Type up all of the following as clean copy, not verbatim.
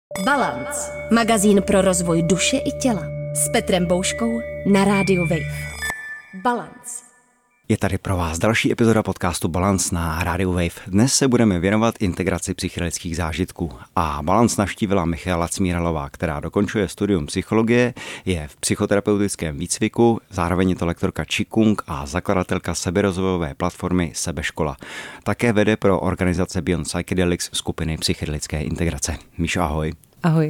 Balance. Magazín pro rozvoj duše i těla. S Petrem Bouškou na rádiu Wave. Balance. Je tady pro vás další epizoda podcastu Balance na rádiu Wave. Dnes se budeme věnovat integraci psychedelických zážitků. A Balance navštívila Michaela Cmíralová, která dokončuje studium psychologie, je v psychoterapeutickém výcviku, zároveň je to lektorka Qigong a zakladatelka seberozvojové platformy Sebeškola. Také vede pro organizace Beyond Psychedelics skupiny psychedelické integrace. Míšo, ahoj. Ahoj.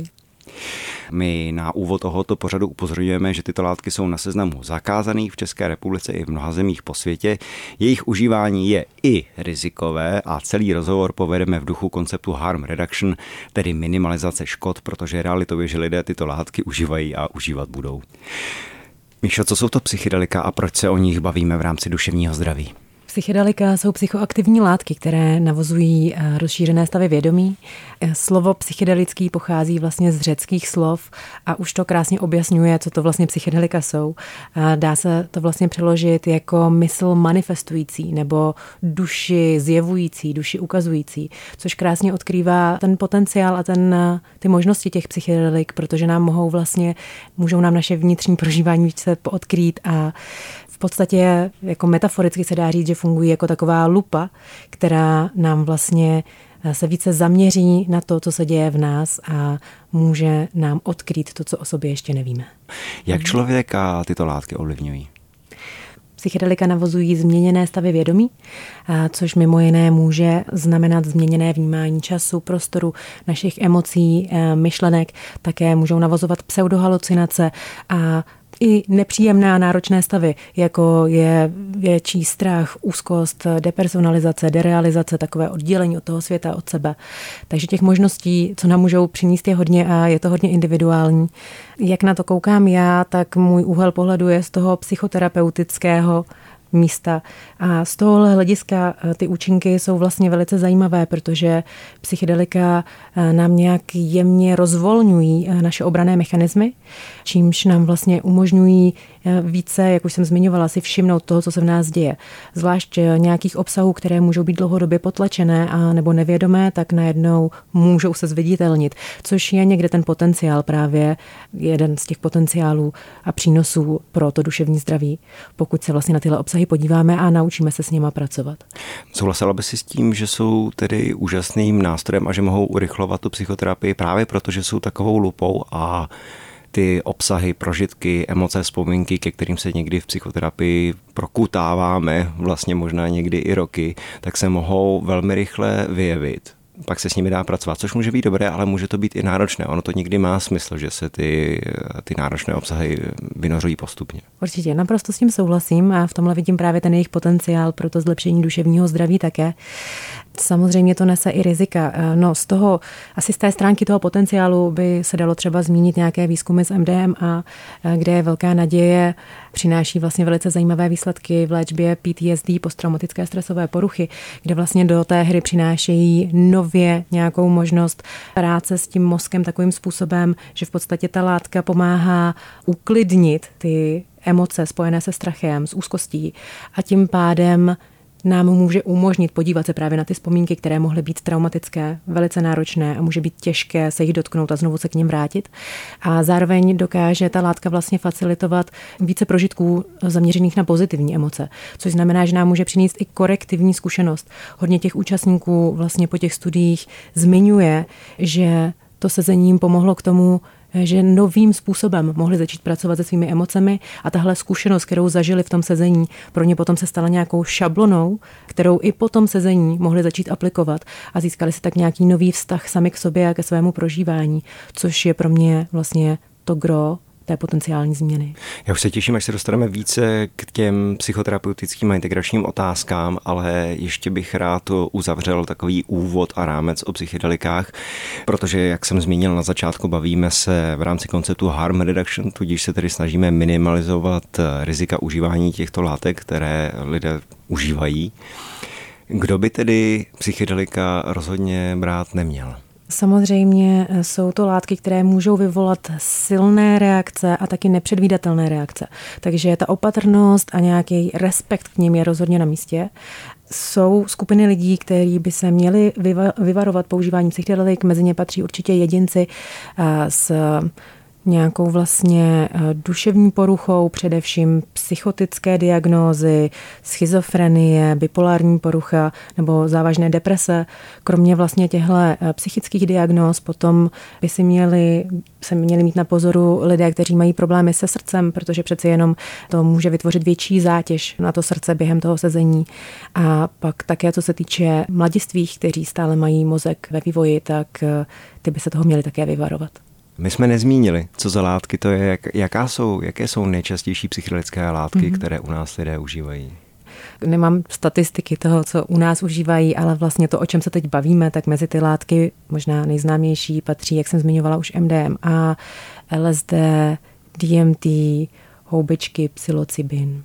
My na úvod tohoto pořadu upozorňujeme, že tyto látky jsou na seznamu zakázaných v České republice i v mnoha zemích po světě. Jejich užívání je i rizikové a celý rozhovor povedeme v duchu konceptu harm reduction, tedy minimalizace škod, protože realitou je, že lidé tyto látky užívají a užívat budou. Míšo, co jsou to psychedelika a proč se o nich bavíme v rámci duševního zdraví? Psychedelika jsou psychoaktivní látky, které navozují rozšířené stavy vědomí. Slovo psychedelický pochází vlastně z řeckých slov a už to krásně objasňuje, co to vlastně psychedelika jsou. Dá se to vlastně přeložit jako mysl manifestující nebo duši zjevující, duši ukazující, což krásně odkrývá ten potenciál a ty možnosti těch psychedelik, protože můžou nám naše vnitřní prožívání více poodkrýt a v podstatě jako metaforicky se dá říct, že fungují jako taková lupa, která nám vlastně se více zaměří na to, co se děje v nás a může nám odkrýt to, co o sobě ještě nevíme. Jak člověka tyto látky ovlivňují? Psychedelika navozují změněné stavy vědomí, což mimo jiné může znamenat změněné vnímání času, prostoru, našich emocí, myšlenek. Také můžou navozovat pseudohalucinace a i nepříjemné a náročné stavy, jako je větší strach, úzkost, depersonalizace, derealizace, takové oddělení od toho světa, od sebe. Takže těch možností, co nám můžou přinést, je hodně a je to hodně individuální. Jak na to koukám já, tak můj úhel pohledu je z toho psychoterapeutického místa. A z tohohle hlediska ty účinky jsou vlastně velice zajímavé, protože psychedelika nám nějak jemně rozvolňují naše obranné mechanismy, čímž nám vlastně umožňují více, jak už jsem zmiňovala, si všimnout toho, co se v nás děje. Zvlášť nějakých obsahů, které můžou být dlouhodobě potlačené a nebo nevědomé, tak najednou můžou se zviditelnit, což je někde ten potenciál, právě jeden z těch potenciálů a přínosů pro to duševní zdraví, pokud se vlastně na tyhle obsahy podíváme a naučíme se s nima pracovat. Souhlasila by si s tím, že jsou tedy úžasným nástrojem a že mohou urychlovat tu psychoterapii právě proto, že jsou takovou lupou a ty obsahy, prožitky, emoce, vzpomínky, ke kterým se někdy v psychoterapii prokutáváme, vlastně možná někdy i roky, tak se mohou velmi rychle vyjevit. Pak se s nimi dá pracovat, což může být dobré, ale může to být i náročné. Ono to někdy má smysl, že se ty náročné obsahy vynořují postupně. Určitě, naprosto s tím souhlasím a v tomhle vidím právě ten jejich potenciál pro to zlepšení duševního zdraví také. Samozřejmě to nese i rizika. No z té stránky toho potenciálu by se dalo třeba zmínit nějaké výzkumy z MDMA, kde je velká naděje, přináší vlastně velice zajímavé výsledky v léčbě PTSD, posttraumatické stresové poruchy, kde vlastně do té hry přinášejí nově nějakou možnost práce s tím mozkem takovým způsobem, že v podstatě ta látka pomáhá uklidnit ty emoce spojené se strachem, s úzkostí a tím pádem nám může umožnit podívat se právě na ty vzpomínky, které mohly být traumatické, velice náročné a může být těžké se jich dotknout a znovu se k nim vrátit. A zároveň dokáže ta látka vlastně facilitovat více prožitků zaměřených na pozitivní emoce, což znamená, že nám může přinést i korektivní zkušenost. Hodně těch účastníků vlastně po těch studiích zmiňuje, že to sezení jim pomohlo k tomu, že novým způsobem mohli začít pracovat se svými emocemi a tahle zkušenost, kterou zažili v tom sezení, pro ně potom se stala nějakou šablonou, kterou i po tom sezení mohli začít aplikovat a získali si tak nějaký nový vztah sami k sobě a ke svému prožívání, což je pro mě vlastně to gro té potenciální změny. Já už se těším, až se dostaneme více k těm psychoterapeutickým a integračním otázkám, ale ještě bych rád uzavřel takový úvod a rámec o psychedelikách, protože, jak jsem zmínil na začátku, bavíme se v rámci konceptu harm reduction, tudíž se tedy snažíme minimalizovat rizika užívání těchto látek, které lidé užívají. Kdo by tedy psychedelika rozhodně brát neměl? Samozřejmě jsou to látky, které můžou vyvolat silné reakce a taky nepředvídatelné reakce. Takže ta opatrnost a nějaký respekt k nim je rozhodně na místě. Jsou skupiny lidí, kteří by se měli vyvarovat používání psychedelik, mezi ně patří určitě jedinci s nějakou vlastně duševní poruchou, především psychotické diagnózy, schizofrenie, bipolární porucha nebo závažné deprese. Kromě vlastně těchto psychických diagnóz potom by se měli mít na pozoru lidé, kteří mají problémy se srdcem, protože přece jenom to může vytvořit větší zátěž na to srdce během toho sezení. A pak také, co se týče mladistvých, kteří stále mají mozek ve vývoji, tak ty by se toho měli také vyvarovat. My jsme nezmínili, co za látky to je, jaké jsou nejčastější psychedelické látky, které u nás lidé užívají. Nemám statistiky toho, co u nás užívají, ale vlastně to, o čem se teď bavíme, tak mezi ty látky možná nejznámější patří, jak jsem zmiňovala už MDMA, LSD, DMT, houbičky, psilocybin.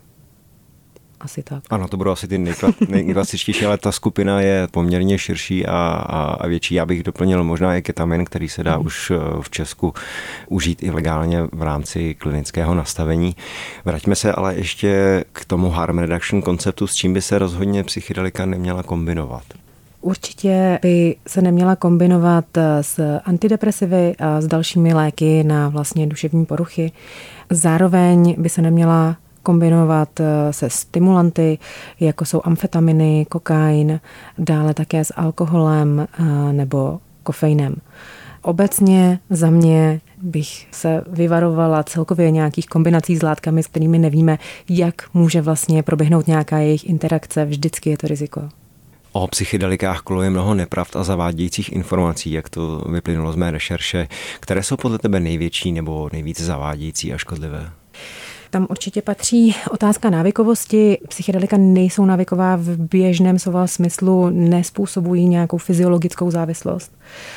Asi tak. Ano, to budou asi ty nejklasičtější, ale ta skupina je poměrně širší a větší. Já bych doplnil možná i ketamin, který se dá už v Česku užít i legálně v rámci klinického nastavení. Vraťme se ale ještě k tomu harm reduction konceptu, s čím by se rozhodně psychedelika neměla kombinovat. Určitě by se neměla kombinovat s antidepresivy a s dalšími léky na vlastně duševní poruchy. Zároveň by se neměla kombinovat se stimulanty, jako jsou amfetaminy, kokain, dále také s alkoholem nebo kofeinem. Obecně za mě bych se vyvarovala celkově nějakých kombinací s látkami, s kterými nevíme, jak může vlastně proběhnout nějaká jejich interakce. Vždycky je to riziko. O psychedelikách koluje mnoho nepravd a zavádějících informací, jak to vyplynulo z mé rešerše. Které jsou podle tebe největší nebo nejvíc zavádějící a škodlivé? Tam určitě patří otázka návykovosti. Psychedelika nejsou návyková v běžném slova smyslu, nespůsobují nějakou fyziologickou závislost.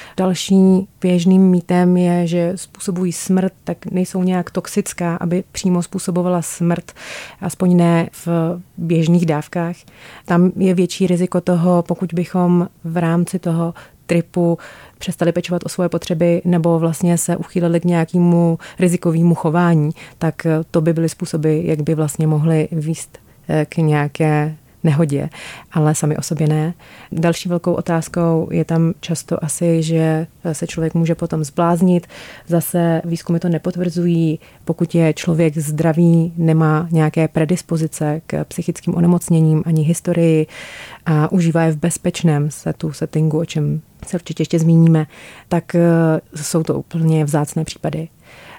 Další běžným mýtem je, že způsobují smrt, tak nejsou nějak toxická, aby přímo způsobovala smrt, aspoň ne v běžných dávkách. Tam je větší riziko toho, pokud bychom v rámci toho tripu přestali pečovat o svoje potřeby nebo vlastně se uchýlili k nějakému rizikovému chování, tak to by byly způsoby, jak by vlastně mohly vést k nějaké nehodě, ale sami o sobě ne. Další velkou otázkou je tam často asi, že se člověk může potom zbláznit. Zase výzkumy to nepotvrzují. Pokud je člověk zdravý, nemá nějaké predispozice k psychickým onemocněním ani historii a užívá je v bezpečném settingu, o čem se určitě ještě zmíníme, tak jsou to úplně vzácné případy.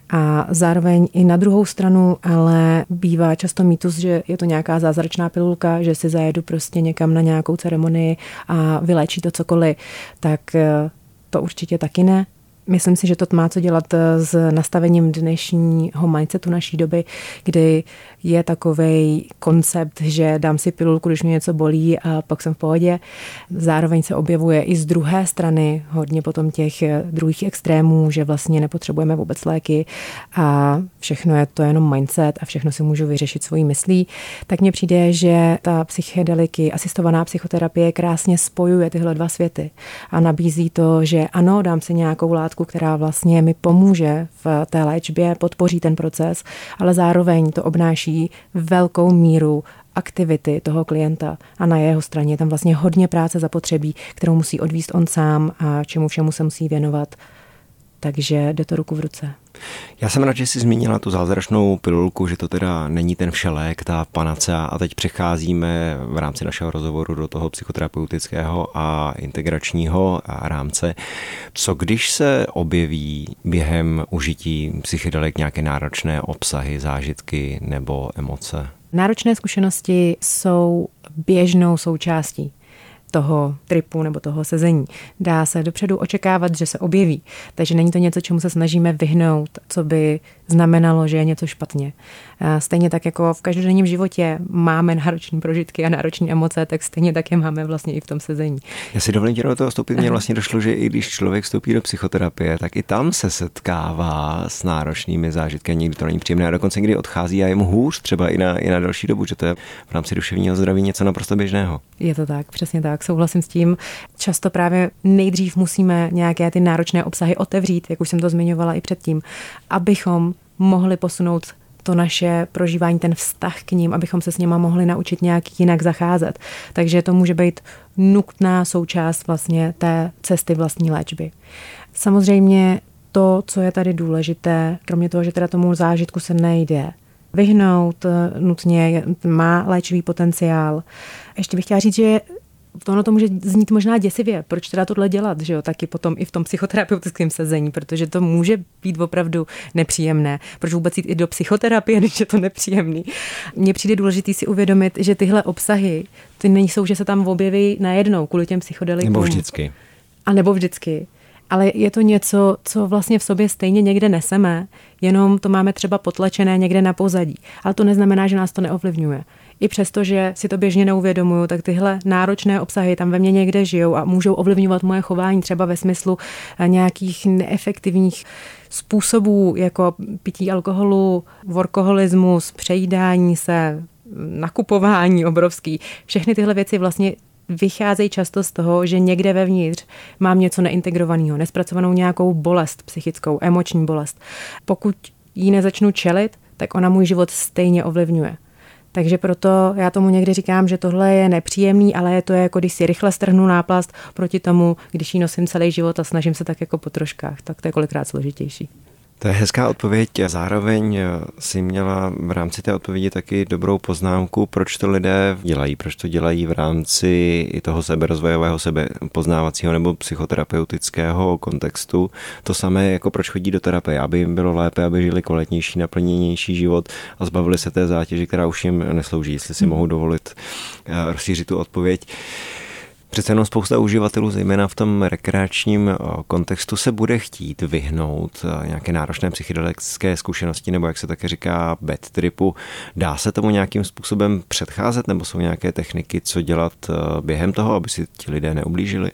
A zároveň i na druhou stranu, ale bývá často mýtus, že je to nějaká zázračná pilulka, že si zajedu prostě někam na nějakou ceremonii a vyléčí to cokoliv, tak to určitě taky ne. Myslím si, že to má co dělat s nastavením dnešního mindsetu naší doby, kdy je takovej koncept, že dám si pilulku, když mě něco bolí a pak jsem v pohodě. Zároveň se objevuje i z druhé strany hodně potom těch druhých extrémů, že vlastně nepotřebujeme vůbec léky a všechno je to jenom mindset a všechno si můžu vyřešit svojí myslí. Tak mně přijde, že ta psychedeliky, asistovaná psychoterapie krásně spojuje tyhle dva světy a nabízí to, že ano, dám si nějakou látku, která vlastně mi pomůže v té léčbě, podpoří ten proces, ale zároveň to obnáší velkou míru aktivity toho klienta a na jeho straně je tam vlastně hodně práce zapotřebí, kterou musí odvést on sám a čemu všemu se musí věnovat. Takže jde to ruku v ruce. Já jsem rád, že jsi zmínila tu zázračnou pilulku, že to teda není ten všelék, ta panacea a teď přecházíme v rámci našeho rozhovoru do toho psychoterapeutického a integračního rámce. Co když se objeví během užití psychedelik nějaké náročné obsahy, zážitky nebo emoce? Náročné zkušenosti jsou běžnou součástí toho tripu nebo toho sezení. Dá se dopředu očekávat, že se objeví. Takže není to něco, čemu se snažíme vyhnout, co by znamenalo, že je něco špatně. Stejně tak jako v každodenním životě máme náročné prožitky a náročné emoce, tak stejně tak je máme vlastně i v tom sezení. Já si dovolím do toho vstoupit, mně vlastně došlo, že i když člověk vstoupí do psychoterapie, tak i tam se setkává s náročnými zážitky, někdy to není příjemné a dokonce někdy odchází a je mu hůř třeba i na další dobu, že to je v rámci duševního zdraví něco naprosto běžného. Je to tak, přesně tak. tak, souhlasím s tím. Často právě nejdřív musíme nějaké ty náročné obsahy otevřít, jak už jsem to zmiňovala i předtím, abychom mohli posunout to naše prožívání, ten vztah k ním, abychom se s nima mohli naučit nějak jinak zacházet. Takže to může být nutná součást vlastně té cesty vlastní léčby. Samozřejmě to, co je tady důležité, kromě toho, že teda tomu zážitku se nejde vyhnout, nutně má léčivý potenciál. Ještě bych chtěla říct, že ono to může znít možná děsivě, proč teda tohle dělat, že jo, taky potom i v tom psychoterapeutickém sezení, protože to může být opravdu nepříjemné. Proč vůbec jít i do psychoterapie, když je to nepříjemný. Mně přijde důležitý si uvědomit, že tyhle obsahy, ty nejsou, že se tam objeví najednou kvůli těm psychodelikům. Nebo vždycky. A nebo vždycky. Ale je to něco, co vlastně v sobě stejně někde neseme, jenom to máme třeba potlačené někde na pozadí. Ale to neznamená, že nás to neovlivňuje. I přesto, že si to běžně neuvědomuju, tak tyhle náročné obsahy tam ve mně někde žijou a můžou ovlivňovat moje chování třeba ve smyslu nějakých neefektivních způsobů, jako pití alkoholu, workoholismus, přejídání se, nakupování obrovský. Všechny tyhle věci vlastně vycházejí často z toho, že někde vevnitř mám něco neintegrovaného, nespracovanou nějakou bolest psychickou, emoční bolest. Pokud ji nezačnu čelit, tak ona můj život stejně ovlivňuje. Takže proto já tomu někdy říkám, že tohle je nepříjemný, ale je to jako když si rychle strhnu náplast proti tomu, když ji nosím celý život a snažím se tak jako po troškách, tak to je kolikrát složitější. To je hezká odpověď. Zároveň si měla v rámci té odpovědi taky dobrou poznámku, proč to lidé dělají, proč to dělají v rámci i toho seberozvojového, sebepoznávacího nebo psychoterapeutického kontextu. To samé jako proč chodí do terapie, aby jim bylo lépe, aby žili kvalitnější, naplněnější život a zbavili se té zátěže, která už jim neslouží, jestli si mohou dovolit rozšířit tu odpověď. Přece jenom spousta uživatelů, zejména v tom rekreačním kontextu, se bude chtít vyhnout nějaké náročné psychedelické zkušenosti, nebo jak se také říká bad tripu. Dá se tomu nějakým způsobem předcházet, nebo jsou nějaké techniky, co dělat během toho, aby si ti lidé neublížili?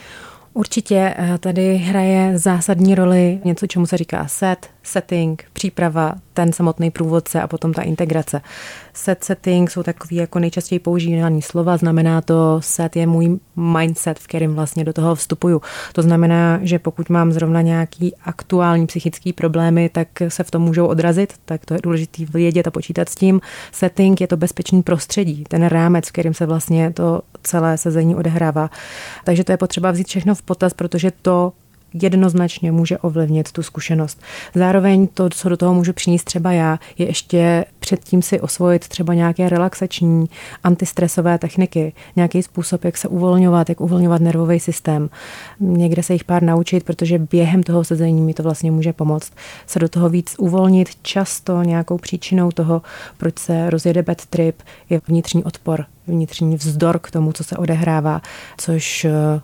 Určitě tady hraje zásadní roli něco, čemu se říká setting, příprava, ten samotný průvodce a potom ta integrace. Setting jsou takový jako nejčastěji používaný slova, znamená to set je můj mindset, v kterém vlastně do toho vstupuju. To znamená, že pokud mám zrovna nějaký aktuální psychický problémy, tak se v tom můžou odrazit, tak to je důležité vědět a počítat s tím. Setting je to bezpečný prostředí, ten rámec, v kterém se vlastně to celé sezení odehrává. Takže to je potřeba vzít všechno v potaz, protože to jednoznačně může ovlivnit tu zkušenost. Zároveň to, co do toho můžu přinést třeba já, je ještě předtím si osvojit třeba nějaké relaxační, antistresové techniky, nějaký způsob, jak se uvolňovat, jak uvolňovat nervový systém. Někde se jich pár naučit, protože během toho sezení mi to vlastně může pomoct se do toho víc uvolnit. Často nějakou příčinou toho, proč se rozjede bad trip, je vnitřní odpor, vnitřní vzdor k tomu, co se odehrává, což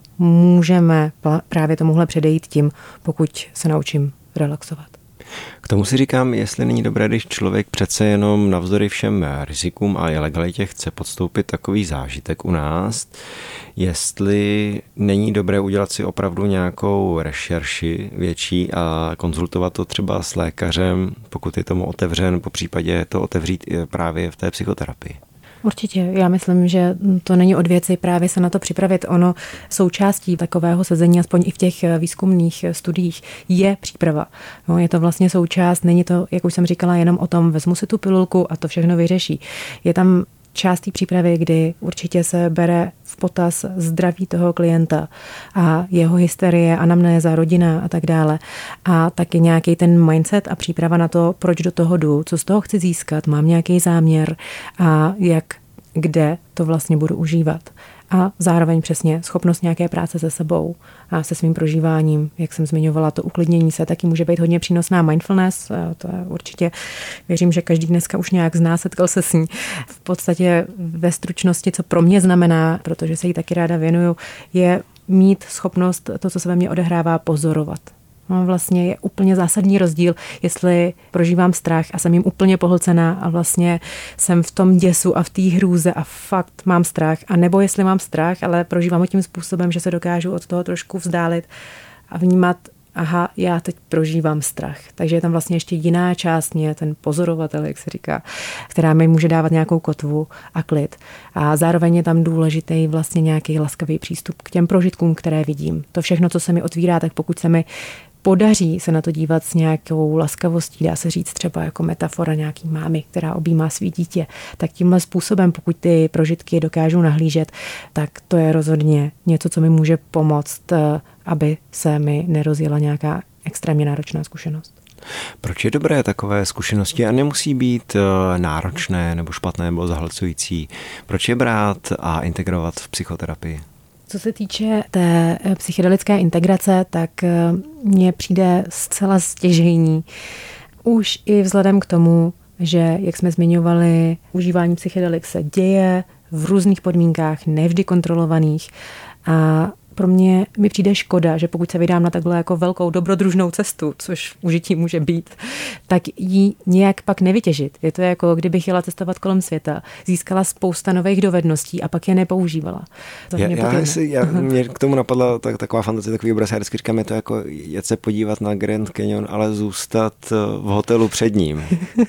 můžeme právě tomuhle předejít tím, pokud se naučím relaxovat. K tomu si říkám, jestli není dobré, když člověk přece jenom navzdory všem rizikům a ilegalitě chce podstoupit takový zážitek u nás, jestli není dobré udělat si opravdu nějakou rešerši větší a konzultovat to třeba s lékařem, pokud je tomu otevřen, po případě to otevřít právě v té psychoterapii. Určitě. Já myslím, že to není od věci právě se na to připravit. Ono součástí takového sezení, aspoň i v těch výzkumných studiích, je příprava. No, je to vlastně součást, není to, jak už jsem říkala, jenom o tom, vezmu si tu pilulku a to všechno vyřeší. Je tam část té přípravy, kdy určitě se bere v potaz zdraví toho klienta a jeho hysterie, anamnéza, rodina a tak dále. A taky nějaký ten mindset a příprava na to, proč do toho jdu, co z toho chci získat, mám nějaký záměr a jak, kde to vlastně budu užívat. A zároveň přesně schopnost nějaké práce se sebou a se svým prožíváním, jak jsem zmiňovala, to uklidnění se taky může být hodně přínosná mindfulness, to je určitě, věřím, že každý dneska už nějak zná, setkal se s ní. V podstatě ve stručnosti, co pro mě znamená, protože se jí taky ráda věnuju, je mít schopnost to, co se ve mně odehrává, pozorovat. No, vlastně je úplně zásadní rozdíl, jestli prožívám strach a jsem jim úplně pohlcená a vlastně jsem v tom děsu a v té hrůze a fakt mám strach, a nebo jestli mám strach, ale prožívám ho tím způsobem, že se dokážu od toho trošku vzdálit a vnímat aha, já teď prožívám strach. Takže je tam vlastně ještě jiná část mě, ten pozorovatel, jak se říká, která mi může dávat nějakou kotvu a klid. A zároveň je tam důležitý vlastně nějaký laskavý přístup k těm prožitkům, které vidím. To všechno, co se mi otvírá, tak pokud se mi podaří se na to dívat s nějakou laskavostí, dá se říct třeba jako metafora nějaký mámy, která objímá svý dítě, tak tímhle způsobem, pokud ty prožitky dokážu nahlížet, tak to je rozhodně něco, co mi může pomoct, aby se mi nerozjela nějaká extrémně náročná zkušenost. Proč je dobré takové zkušenosti a nemusí být náročné nebo špatné nebo zahlcující? Proč je brát a integrovat v psychoterapii? Co se týče té psychedelické integrace, tak mně přijde zcela stěžejní. Už i vzhledem k tomu, že, jak jsme zmiňovali, užívání psychedelik se děje v různých podmínkách, nevždy kontrolovaných. A pro mě mi přijde škoda, že pokud se vydám na takhle jako velkou dobrodružnou cestu, což užití může být, tak ji nějak pak nevytěžit. Je to jako kdybych jela cestovat kolem světa, získala spousta nových dovedností a pak je nepoužívala. Mě k tomu napadla taková fantazie, takový obraz, já vždycky říkám, je to jako jet se podívat na Grand Canyon, ale zůstat v hotelu před ním.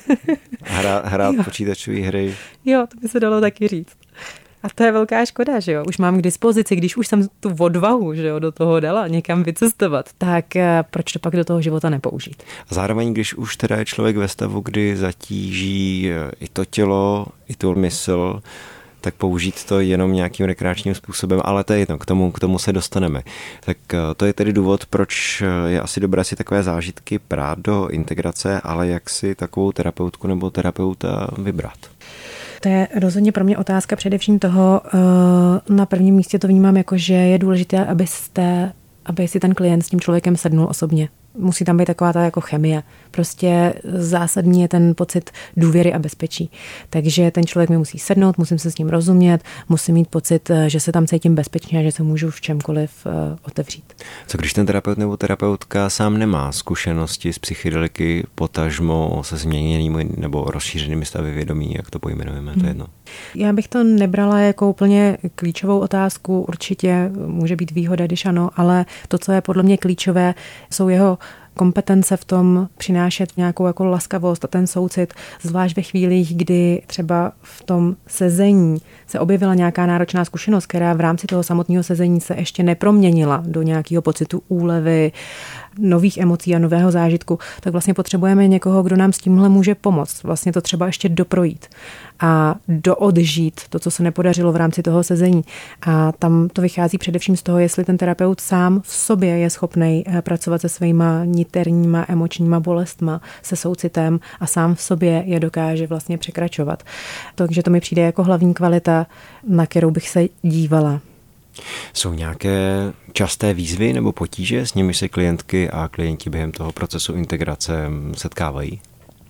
Hrát počítačové hry. Jo, to by se dalo taky říct. A to je velká škoda, že jo. Už mám k dispozici, když už jsem tu odvahu, že jo, do toho dala někam vycestovat, tak proč to pak do toho života nepoužít? A zároveň, když už teda je člověk ve stavu, kdy zatíží i to tělo, i tu mysl, tak použít to jenom nějakým rekreačním způsobem, ale to je jedno, k tomu se dostaneme. Tak to je tedy důvod, proč je asi dobré si takové zážitky brát do integrace, ale jak si takovou terapeutku nebo terapeuta vybrat? To je rozhodně pro mě otázka především toho, na prvním místě to vnímám jako, že je důležité, aby si ten klient s tím člověkem sednul osobně. Musí tam být taková ta jako chemie. Prostě zásadní je ten pocit důvěry a bezpečí. Takže ten člověk mi musí sednout, musím se s ním rozumět, musím mít pocit, že se tam cítím bezpečně a že se můžu v čemkoliv otevřít. Co když ten terapeut nebo terapeutka sám nemá zkušenosti s psychedeliky, potažmo se změněnými nebo rozšířenými stavy vědomí, jak to pojmenujeme, to je jedno? Já bych to nebrala jako úplně klíčovou otázku, určitě může být výhoda, když ano, ale to, co je podle mě klíčové, jsou jeho kompetence v tom přinášet nějakou jako laskavost a ten soucit, zvlášť ve chvílích, kdy třeba v tom sezení se objevila nějaká náročná zkušenost, která v rámci toho samotného sezení se ještě neproměnila do nějakého pocitu úlevy, nových emocí a nového zážitku, tak vlastně potřebujeme někoho, kdo nám s tímhle může pomoct. Vlastně to třeba ještě doprojít a doodžít to, co se nepodařilo v rámci toho sezení. A tam to vychází především z toho, jestli ten terapeut sám v sobě je schopný pracovat se svýma niterníma emočníma bolestma, se soucitem a sám v sobě je dokáže vlastně překračovat. Takže to mi přijde jako hlavní kvalita, na kterou bych se dívala. Jsou nějaké časté výzvy nebo potíže, s nimi se klientky a klienti během toho procesu integrace setkávají?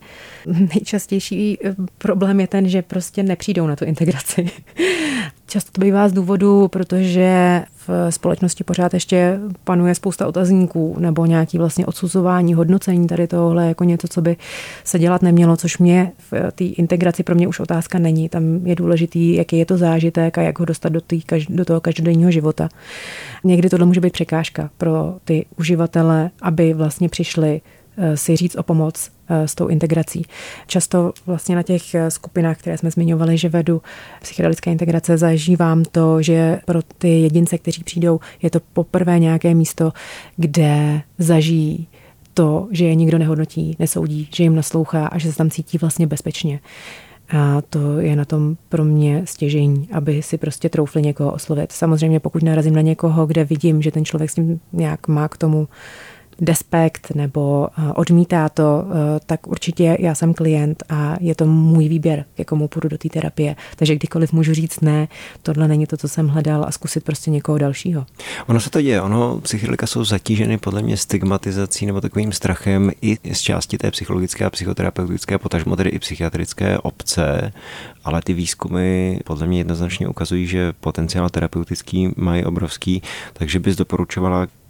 Nejčastější problém je ten, že prostě nepřijdou na tu integraci. Často to bývá z důvodu, protože v společnosti pořád ještě panuje spousta otazníků nebo nějaký vlastně odsuzování, hodnocení tady tohle jako něco, co by se dělat nemělo, což mě v té integraci pro mě už otázka není. Tam je důležitý, jaký je to zážitek a jak ho dostat do toho každodenního života. Někdy tohle může být překážka pro ty uživatele, aby vlastně přišli si říct o pomoc s tou integrací. Často vlastně na těch skupinách, které jsme zmiňovali, že vedu psychedelické integrace, zažívám to, že pro ty jedince, kteří přijdou, je to poprvé nějaké místo, kde zažijí to, že je nikdo nehodnotí, nesoudí, že jim naslouchá a že se tam cítí vlastně bezpečně. A to je na tom pro mě stěžejní, aby si prostě troufli někoho oslovit. Samozřejmě pokud narazím na někoho, kde vidím, že ten člověk s tím nějak má k tomu despekt nebo odmítá to, tak určitě já jsem klient a je to můj výběr, k jakomu půjdu do té terapie. Takže kdykoliv můžu říct ne, tohle není to, co jsem hledal a zkusit prostě někoho dalšího. Ono se to děje, psychedelika jsou zatíženy podle mě stigmatizací nebo takovým strachem i z části té psychologické a psychoterapeutické, potažmo tedy i psychiatrické obce, ale ty výzkumy podle mě jednoznačně ukazují, že potenciál terapeutický mají obrovský, takže bys doporučovala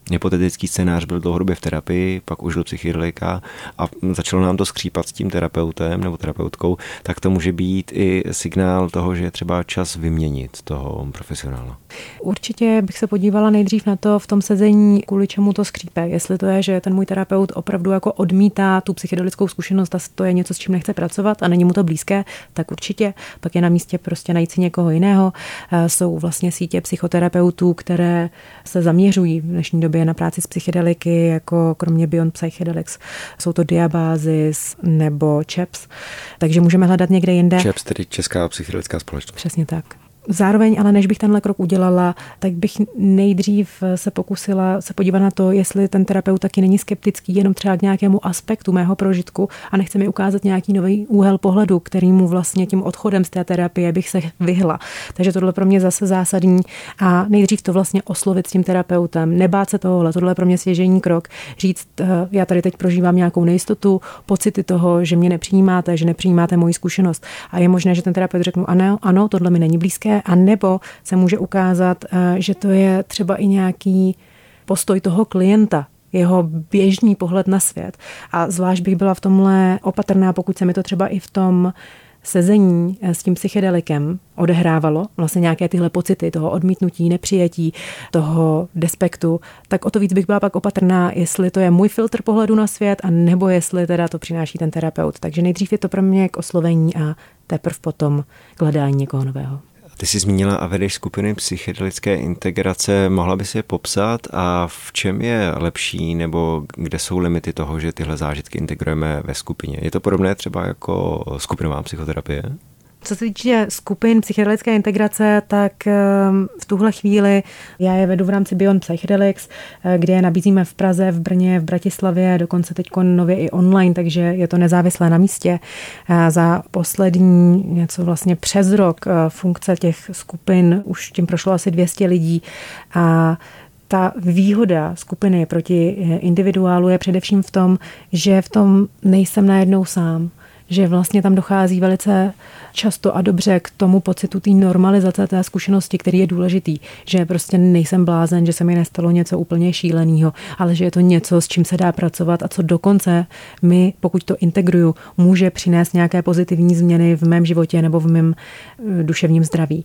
hypotetický scénář byl dlouhodobě v terapii, pak užil psychedelika a začalo nám to skřípat s tím terapeutem nebo terapeutkou, tak to může být i signál toho, že je třeba čas vyměnit toho profesionála. Určitě bych se podívala nejdřív na to v tom sezení, kvůli čemu to skřípe. Jestli to je, že ten můj terapeut opravdu jako odmítá tu psychedelickou zkušenost a to je něco, s čím nechce pracovat a není mu to blízké, tak určitě. Pak je na místě prostě najít si někoho jiného. Jsou vlastně sítě psychoterapeutů, které se zaměřují v dnešní době na práci s psychedeliky, jako kromě Beyond Psychedelics jsou to Diabázis nebo ČEPS. Takže můžeme hledat někde jinde. ČEPS, tedy Česká psychedelická společnost. Přesně tak. Zároveň, ale než bych tenhle krok udělala, tak bych nejdřív se pokusila se podívat na to, jestli ten terapeut taky není skeptický jenom třeba k nějakému aspektu mého prožitku a nechce mi ukázat nějaký nový úhel pohledu, kterýmu vlastně tím odchodem z té terapie bych se vyhla. Takže tohle pro mě zase zásadní a nejdřív to vlastně oslovit s tím terapeutem, nebát se tohle, tohle je pro mě stěžejní krok, říct, já tady teď prožívám nějakou nejistotu, pocity toho, že mě nepřijímáte, že nepřijímáte moji zkušenost a je možné, že ten terapeut řekne, ano, tohle mi není blízké. A nebo se může ukázat, že to je třeba i nějaký postoj toho klienta, jeho běžný pohled na svět. A zvlášť bych byla v tomhle opatrná, pokud se mi to třeba i v tom sezení s tím psychedelikem odehrávalo, vlastně nějaké tyhle pocity toho odmítnutí, nepřijetí, toho despektu, tak o to víc bych byla pak opatrná, jestli to je můj filtr pohledu na svět, a nebo jestli teda to přináší ten terapeut. Takže nejdřív je to pro mě k oslovení a teprve potom k hledání někoho nového. Ty jsi zmínila a vedeš skupiny psychedelické integrace. Mohla bys je popsat a v čem je lepší nebo kde jsou limity toho, že tyhle zážitky integrujeme ve skupině? Je to podobné třeba jako skupinová psychoterapie? Co se týče skupin psychedelické integrace, tak v tuhle chvíli já je vedu v rámci Beyond Psychedelics, kde je nabízíme v Praze, v Brně, v Bratislavě, dokonce teď nově i online, takže je to nezávislé na místě. Za poslední něco vlastně přes rok funkce těch skupin už tím prošlo asi 200 lidí a ta výhoda skupiny proti individuálu je především v tom, že v tom nejsem najednou sám, že vlastně tam dochází velice často a dobře k tomu pocitu té normalizace té zkušenosti, který je důležitý, že prostě nejsem blázen, že se mi nestalo něco úplně šíleného, ale že je to něco, s čím se dá pracovat a co dokonce mi, pokud to integruju, může přinést nějaké pozitivní změny v mém životě nebo v mém duševním zdraví.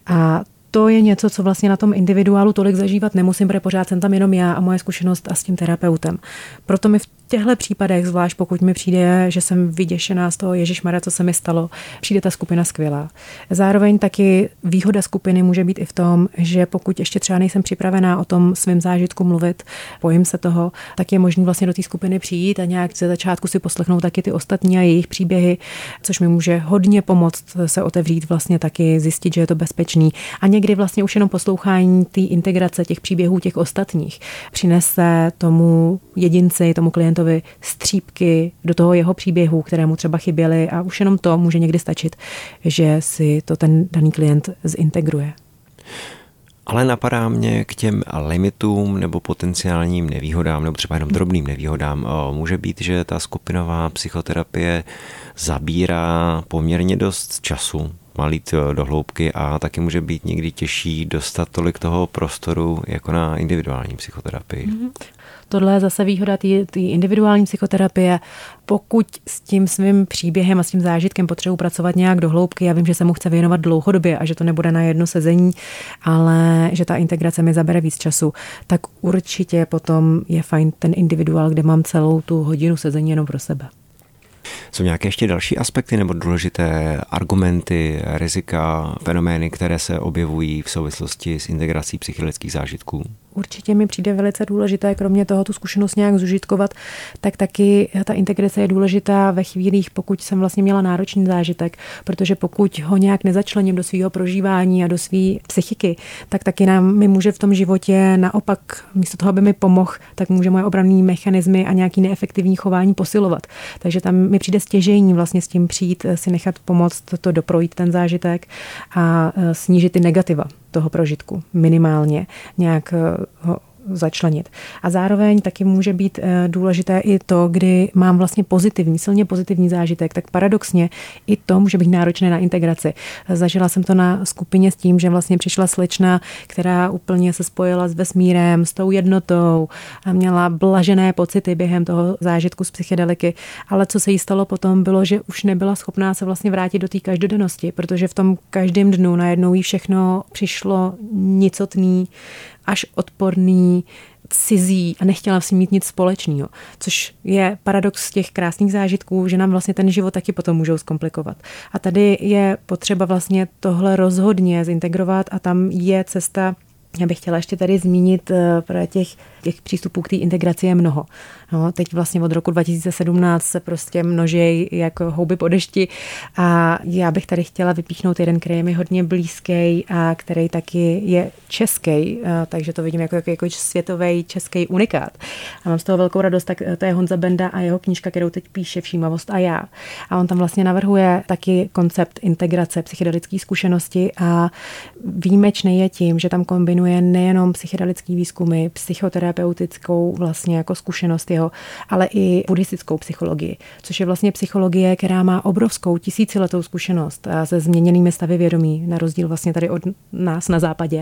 A to je něco, co vlastně na tom individuálu tolik zažívat nemusím, protože pořád jsem tam jenom já a moje zkušenost a s tím terapeutem. Proto mi v těchto případech, zvlášť pokud mi přijde, že jsem vyděšená z toho, ježišmarja, co se mi stalo, přijde ta skupina skvělá. Zároveň taky výhoda skupiny může být i v tom, že pokud ještě třeba nejsem připravená o tom svém zážitku mluvit, bojím se toho, tak je možné vlastně do té skupiny přijít a nějak ze začátku si poslechnout taky ty ostatní a jejich příběhy, což mi může hodně pomoct se otevřít, vlastně taky zjistit, že je to bezpečný. A někdy vlastně už jenom poslouchání té integrace těch příběhů těch ostatních přinese tomu jedinci, tomu klientovi střípky do toho jeho příběhu, kterému třeba chyběly a už jenom to může někdy stačit, že si to ten daný klient zintegruje. Ale napadá mě k těm limitům nebo potenciálním nevýhodám, nebo třeba jenom drobným nevýhodám. Může být, že ta skupinová psychoterapie zabírá poměrně dost času, má jít do hloubky a taky může být někdy těžší dostat tolik toho prostoru jako na individuální psychoterapii. Tohle je zase výhoda té individuální psychoterapie. Pokud s tím svým příběhem a s tím zážitkem potřebuji pracovat nějak do hloubky, já vím, že se mu chce věnovat dlouhodobě a že to nebude na jedno sezení, ale že ta integrace mi zabere víc času, tak určitě potom je fajn ten individuál, kde mám celou tu hodinu sezení jenom pro sebe. Jsou nějaké ještě další aspekty nebo důležité argumenty, rizika, fenomény, které se objevují v souvislosti s integrací psychedelických zážitků? Určitě mi přijde velice důležité, kromě toho tu zkušenost nějak zužitkovat, tak taky ta integrace je důležitá ve chvílích, pokud jsem vlastně měla náročný zážitek, protože pokud ho nějak nezačlením do svého prožívání a do své psychiky, tak taky mi může v tom životě naopak, místo toho, aby mi pomohl, tak může moje obranné mechanismy a nějaký neefektivní chování posilovat. Takže tam mi přijde stěžejní vlastně s tím přijít, si nechat pomoct to doprojít ten zážitek a snížit ty negativa toho prožitku minimálně, nějak ho začlenit. A zároveň taky může být důležité i to, kdy mám vlastně silně pozitivní zážitek, tak paradoxně i to může být náročné na integraci. Zažila jsem to na skupině s tím, že vlastně přišla slečna, která úplně se spojila s vesmírem, s tou jednotou a měla blažené pocity během toho zážitku z psychedeliky, ale co se jí stalo potom bylo, že už nebyla schopná se vlastně vrátit do té každodennosti, protože v tom každém dnu najednou jí všechno přišlo nicotný, až odporný, cizí a nechtěla si mít nic společného, což je paradox těch krásných zážitků, že nám vlastně ten život taky potom můžou zkomplikovat. A tady je potřeba vlastně tohle rozhodně zintegrovat a tam je cesta. Já bych chtěla ještě tady zmínit, protože těch přístupů k té integraci je mnoho. No, teď vlastně od roku 2017 se prostě množí jako houby po dešti a já bych tady chtěla vypíchnout jeden, který je mi hodně blízký a který taky je český, takže to vidím jako světový český unikát. A mám z toho velkou radost, tak to je Honza Benda a jeho knížka, kterou teď píše Všímavost a já. A on tam vlastně navrhuje taky koncept integrace psychedelické zkušenosti a výjimečný je tím, že tam kombinuje nejenom psychedelický výzkumy, psychoterapeutickou vlastně jako zkušenost jeho, ale i buddhistickou psychologii, což je vlastně psychologie, která má obrovskou tisíciletou zkušenost se změněnými stavy vědomí, na rozdíl vlastně tady od nás na západě.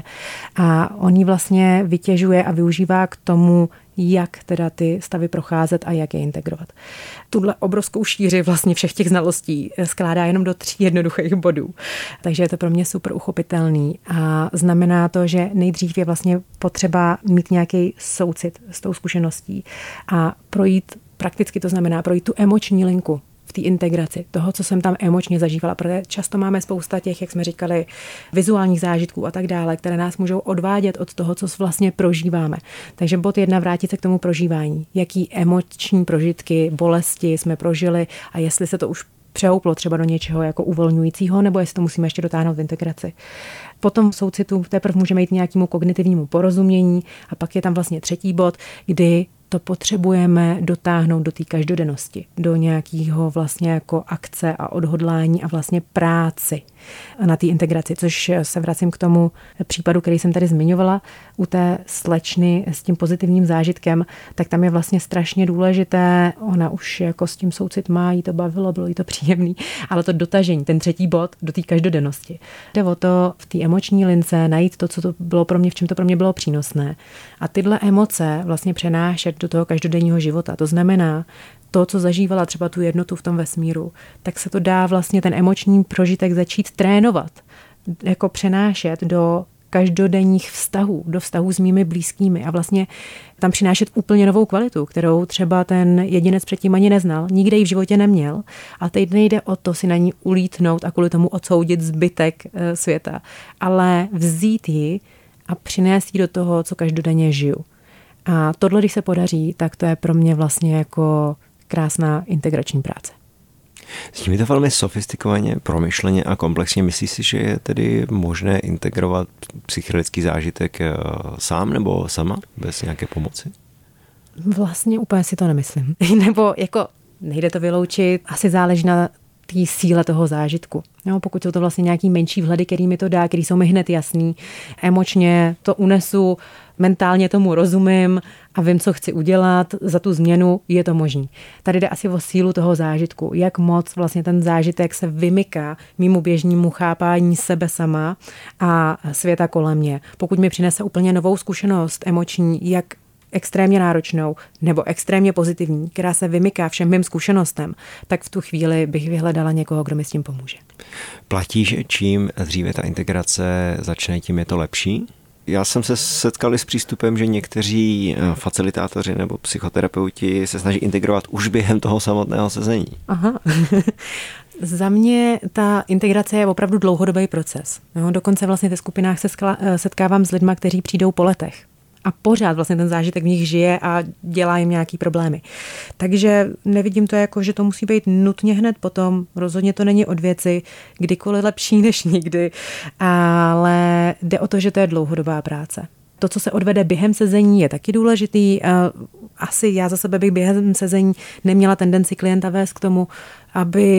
A on ji vlastně vytěžuje a využívá k tomu, jak teda ty stavy procházet a jak je integrovat. Tuhle obrovskou šíři vlastně všech těch znalostí skládá jenom do 3 jednoduchých bodů. Takže je to pro mě super uchopitelný a znamená to, že nejdřív je vlastně potřeba mít nějaký soucit s tou zkušeností a prakticky to znamená projít tu emoční linku v té integraci toho, co jsem tam emočně zažívala, protože často máme spousta těch, jak jsme říkali, vizuálních zážitků a tak dále, které nás můžou odvádět od toho, co vlastně prožíváme. Takže bod 1, vrátit se k tomu prožívání. Jaký emoční prožitky, bolesti jsme prožili a jestli se to už přehouplo třeba do něčeho jako uvolňujícího, nebo jestli to musíme ještě dotáhnout v integraci. Potom v soucitu teprve můžeme jít nějakému kognitivnímu porozumění a pak je tam vlastně 3. bod, kdy to potřebujeme dotáhnout do té každodennosti, do nějakého vlastně jako akce a odhodlání a vlastně práci na té integraci, což se vracím k tomu případu, který jsem tady zmiňovala u té slečny s tím pozitivním zážitkem, tak tam je vlastně strašně důležité, ona už jako s tím soucit má, jí to bavilo, bylo jí to příjemný, ale to dotažení, ten 3. bod do té každodennosti. Jde o to v té emoční lince najít to, co to bylo pro mě, v čem to pro mě bylo přínosné. A tyhle emoce vlastně přenášet do toho každodenního života. To znamená, to, co zažívala třeba tu jednotu v tom vesmíru, tak se to dá vlastně ten emoční prožitek začít trénovat, jako přenášet do každodenních vztahů, do vztahů s mými blízkými a vlastně tam přinášet úplně novou kvalitu, kterou třeba ten jedinec předtím ani neznal, nikde ji v životě neměl a teď nejde o to si na ní ulítnout a kvůli tomu odsoudit zbytek světa, ale vzít ji a přinést ji do toho, co každodenně žiju. A tohle, když se podaří, tak to je pro mě vlastně jako krásná integrační práce. S tím je to velmi sofistikovaně, promyšleně a komplexně. Myslíš si, že je tedy možné integrovat psychedelický zážitek sám nebo sama, bez nějaké pomoci? Vlastně úplně si to nemyslím. Nebo jako nejde to vyloučit, asi záleží na té síle toho zážitku. Jo, pokud jsou to vlastně nějaký menší vhledy, který mi to dá, který jsou mi hned jasný, emočně to unesu, mentálně tomu rozumím a vím, co chci udělat za tu změnu, je to možný. Tady jde asi o sílu toho zážitku, jak moc vlastně ten zážitek se vymyká mému běžnému chápání sebe sama a světa kolem mě. Pokud mi přinese úplně novou zkušenost emoční, jak extrémně náročnou nebo extrémně pozitivní, která se vymyká všem mým zkušenostem, tak v tu chvíli bych vyhledala někoho, kdo mi s tím pomůže. Platí, že čím dříve ta integrace začne, tím je to lepší? Já jsem se setkal s přístupem, že někteří facilitátoři nebo psychoterapeuti se snaží integrovat už během toho samotného sezení. Aha. Za mě ta integrace je opravdu dlouhodobý proces. No, dokonce vlastně ve skupinách se setkávám s lidma, kteří přijdou po letech. A pořád vlastně ten zážitek v nich žije a dělá jim nějaký problémy. Takže nevidím to jako, že to musí být nutně hned potom. Rozhodně to není od věci, kdykoliv lepší než nikdy. Ale jde o to, že to je dlouhodobá práce. To, co se odvede během sezení, je taky důležitý. Asi já za sebe bych během sezení neměla tendenci klienta vést k tomu, aby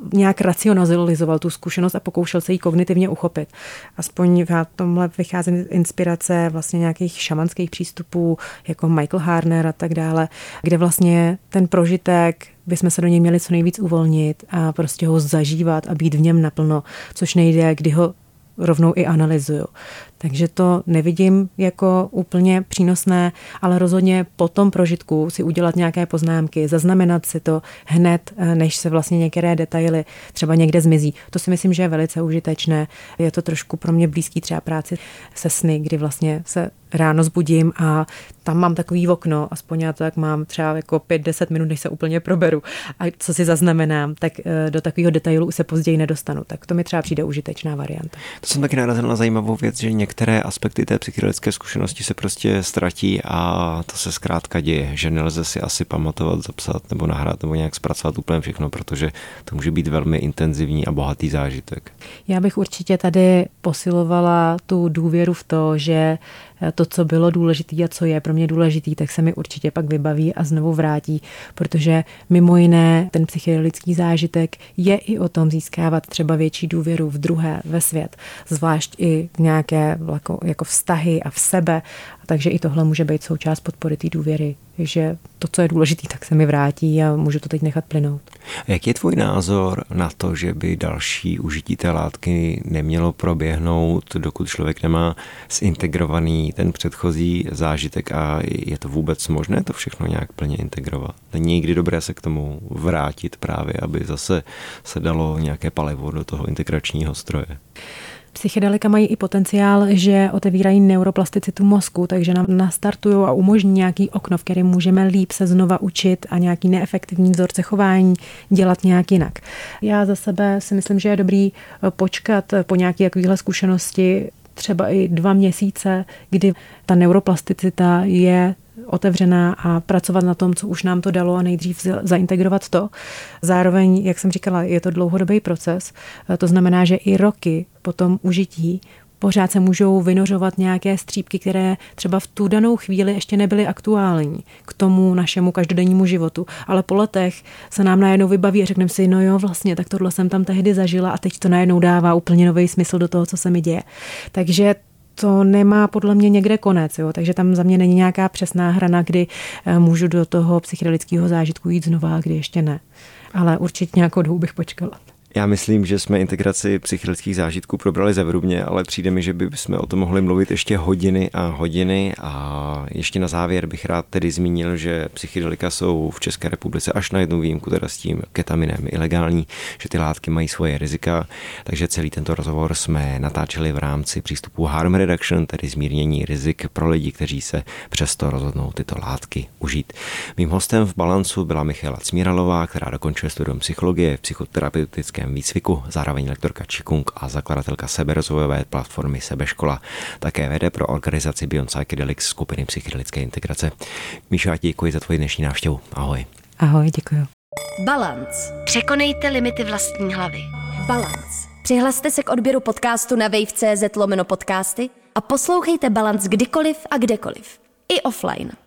nějak racionalizoval tu zkušenost a pokoušel se jí kognitivně uchopit. Aspoň v tomhle vychází inspirace vlastně nějakých šamanských přístupů, jako Michael Harner a tak dále, kde vlastně ten prožitek bychom se do něj měli co nejvíc uvolnit a prostě ho zažívat a být v něm naplno, což nejde, kdy ho rovnou i analyzuju. Takže to nevidím jako úplně přínosné, ale rozhodně po tom prožitku si udělat nějaké poznámky, zaznamenat si to hned, než se vlastně některé detaily třeba někde zmizí. To si myslím, že je velice užitečné. Je to trošku pro mě blízký třeba práci se sny, kdy vlastně se ráno zbudím a tam mám takový okno, aspoň já to tak mám třeba jako 5-10 minut, než se úplně proberu. A co si zaznamenám, tak do takového detailu už se později nedostanu. Tak to mi třeba přijde užitečná varianta. To jsem taky narazil na zajímavou věc, že některé aspekty té psychedelické zkušenosti se prostě ztratí a to se zkrátka děje, že nelze si asi pamatovat, zapsat nebo nahrát nebo nějak zpracovat úplně všechno, protože to může být velmi intenzivní a bohatý zážitek. Já bych určitě tady posilovala tu důvěru v to, že to, co bylo důležité a co je pro mě důležitý, tak se mi určitě pak vybaví a znovu vrátí, protože mimo jiné ten psychedelický zážitek je i o tom získávat třeba větší důvěru v druhé, ve svět, zvlášť i v nějaké jako vztahy a v sebe, takže i tohle může být součást podpory té důvěry, že to, co je důležité, tak se mi vrátí a můžu to teď nechat plynout. A jaký je tvůj názor na to, že by další užití té látky nemělo proběhnout, dokud člověk nemá zintegrovaný ten předchozí zážitek a je to vůbec možné to všechno nějak plně integrovat? Není někdy dobré se k tomu vrátit právě, aby zase se dalo nějaké palivo do toho integračního stroje? Psychedelika mají i potenciál, že otevírají neuroplasticitu mozku, takže nám nastartují a umožní nějaký okno, v kterém můžeme líp se znova učit a nějaký neefektivní vzorce chování dělat nějak jinak. Já za sebe si myslím, že je dobrý počkat po nějaké takovéhle zkušenosti třeba i 2 měsíce, kdy ta neuroplasticita je otevřená a pracovat na tom, co už nám to dalo a nejdřív zaintegrovat to. Zároveň, jak jsem říkala, je to dlouhodobý proces. To znamená, že i roky po tom užití pořád se můžou vynořovat nějaké střípky, které třeba v tu danou chvíli ještě nebyly aktuální k tomu našemu každodennímu životu. Ale po letech se nám najednou vybaví a řekneme si, no jo, vlastně, tak tohle jsem tam tehdy zažila a teď to najednou dává úplně nový smysl do toho, co se mi děje. Takže to nemá podle mě někde konec, jo? Takže tam za mě není nějaká přesná hrana, kdy můžu do toho psychedelického zážitku jít znova a kdy ještě ne. Ale určitě nějakou dobu bych počkala. Já myslím, že jsme integraci psychedelických zážitků probrali zevrubně, ale přijde mi, že bychom o tom mohli mluvit ještě hodiny a hodiny a ještě na závěr bych rád tedy zmínil, že psychedelika jsou v České republice až na jednu výjimku, teda s tím ketaminem ilegální, že ty látky mají svoje rizika, takže celý tento rozhovor jsme natáčeli v rámci přístupu harm reduction, tedy zmírnění rizik pro lidi, kteří se přesto rozhodnou tyto látky užít. Mým hostem v Balancu byla Michaela Cmíralová, která dokončuje studium psychologie v psychoterapeutické výcviku, zároveň lektorka Qigong a zakladatelka seberozvojové platformy Sebeškola. Také vede pro organizaci Beyond Psychedelics skupiny psychedelické integrace. Míšo, já ti děkuji za tvoji dnešní návštěvu. Ahoj. Ahoj, děkuji. Balance. Překonejte limity vlastní hlavy. Balance. Přihlaste se k odběru podcastu na wave.cz/podcasty a poslouchejte Balance kdykoliv a kdekoliv. I offline.